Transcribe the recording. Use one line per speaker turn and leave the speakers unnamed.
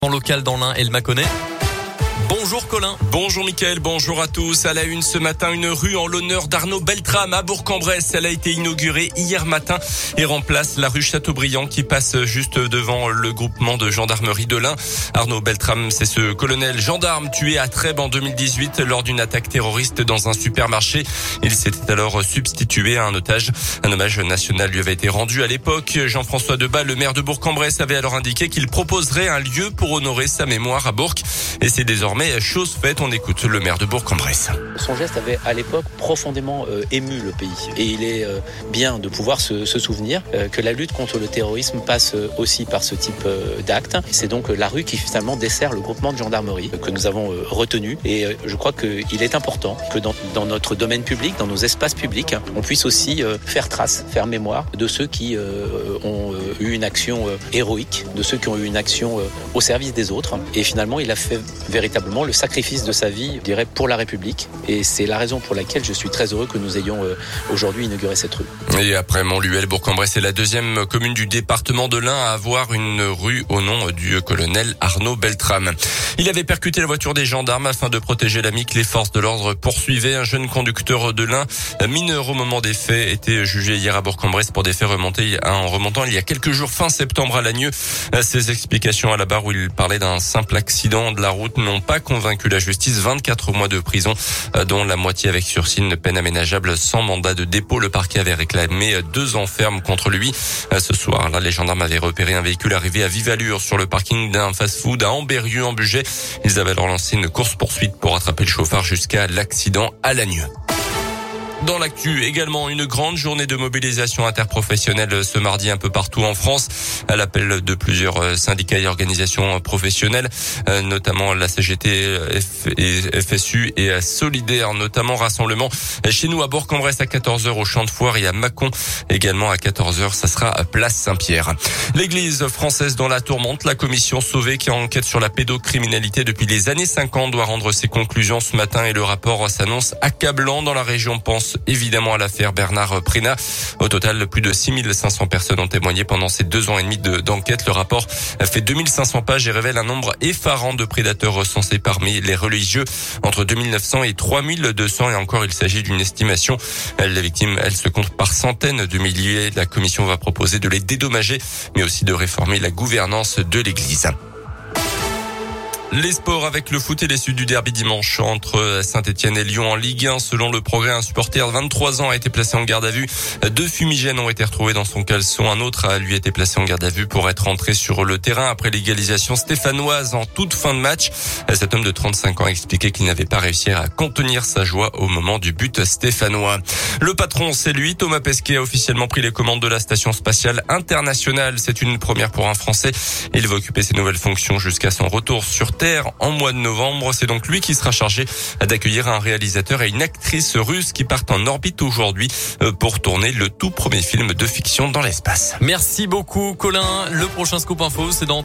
En local dans l'Ain et le Mâconnais. Bonjour Colin.
Bonjour Mickaël, bonjour à tous. À la une ce matin, une rue en l'honneur d'Arnaud Beltrame à Bourg-en-Bresse. Elle a été inaugurée hier matin et remplace la rue Chateaubriand qui passe juste devant le groupement de gendarmerie de l'Ain. Arnaud Beltrame, c'est ce colonel gendarme tué à Trèbes en 2018 lors d'une attaque terroriste dans un supermarché. Il s'était alors substitué à un otage. Un hommage national lui avait été rendu à l'époque. Jean-François Debat, le maire de Bourg-en-Bresse, avait alors indiqué qu'il proposerait un lieu pour honorer sa mémoire à Bourg. Et c'est désormais chose faite. On écoute le maire de Bourg-en-Bresse.
Son geste avait à l'époque profondément ému le pays. Et il est bien de pouvoir se souvenir que la lutte contre le terrorisme passe aussi par ce type d'acte. C'est donc la rue qui finalement dessert le groupement de gendarmerie que nous avons retenu. Et je crois qu'il est important que dans notre domaine public, dans nos espaces publics, on puisse aussi faire trace, faire mémoire de ceux qui ont eu une action héroïque, de ceux qui ont eu une action au service des autres. Et finalement, il a fait véritablement le sacrifice de sa vie, je dirais, pour la République. Et c'est la raison pour laquelle je suis très heureux que nous ayons aujourd'hui inauguré cette rue.
Et après Montluel, Bourg-en-Bresse est la deuxième commune du département de l'Ain à avoir une rue au nom du colonel Arnaud Beltrame. Il avait percuté la voiture des gendarmes afin de protéger l'ami que les forces de l'ordre poursuivaient. Un jeune conducteur de l'Ain, mineur au moment des faits, était jugé hier à Bourg-en-Bresse pour des faits remontant il y a quelques jours, fin septembre à Lagneux. Ses explications à la barre où il parlait d'un simple accident de la route n'ont pas convaincu la justice. 24 mois de prison, dont la moitié avec sursis, une peine aménageable sans mandat de dépôt. Le parquet avait réclamé 2 ans ferme contre lui. Ce soir-là, les gendarmes avaient repéré un véhicule arrivé à vive allure sur le parking d'un fast-food à Ambérieu en Bugey. Ils avaient alors lancé une course-poursuite pour attraper le chauffard jusqu'à l'accident à Lagneux. Dans l'actu, également une grande journée de mobilisation interprofessionnelle ce mardi un peu partout en France, à l'appel de plusieurs syndicats et organisations professionnelles, notamment la CGT, FSU et Solidaire, notamment rassemblement chez nous à Bourg-en-Bresse à 14h au Champ de Foire et à Mâcon également à 14h, ça sera à Place Saint-Pierre. L'église française dans la tourmente, la commission Sauvé qui enquête sur la pédocriminalité depuis les années 50 doit rendre ses conclusions ce matin et le rapport s'annonce accablant dans la région. Pense évidemment à l'affaire Bernard Prenat. Au total, plus de 6500 personnes ont témoigné pendant ces 2 ans et demi d'enquête. Le rapport fait 2500 pages et révèle un nombre effarant de prédateurs recensés parmi les religieux. Entre 2900 et 3200 et encore, il s'agit d'une estimation. Les victimes, elles se comptent par centaines de milliers. La commission va proposer de les dédommager, mais aussi de réformer la gouvernance de l'église. Les sports avec le foot et les suites du derby dimanche entre Saint-Etienne et Lyon en Ligue 1. Selon le Progrès, un supporter de 23 ans a été placé en garde à vue. 2 fumigènes ont été retrouvés dans son caleçon. Un autre a lui été placé en garde à vue pour être entré sur le terrain après l'égalisation stéphanoise en toute fin de match. Cet homme de 35 ans a expliqué qu'il n'avait pas réussi à contenir sa joie au moment du but stéphanois. Le patron, c'est lui. Thomas Pesquet a officiellement pris les commandes de la station spatiale internationale. C'est une première pour un Français. Il va occuper ses nouvelles fonctions jusqu'à son retour sur Terre en mois de novembre. C'est donc lui qui sera chargé d'accueillir un réalisateur et une actrice russe qui partent en orbite aujourd'hui pour tourner le tout premier film de fiction dans l'espace.
Merci beaucoup Colin. Le prochain Scoop Info, c'est dans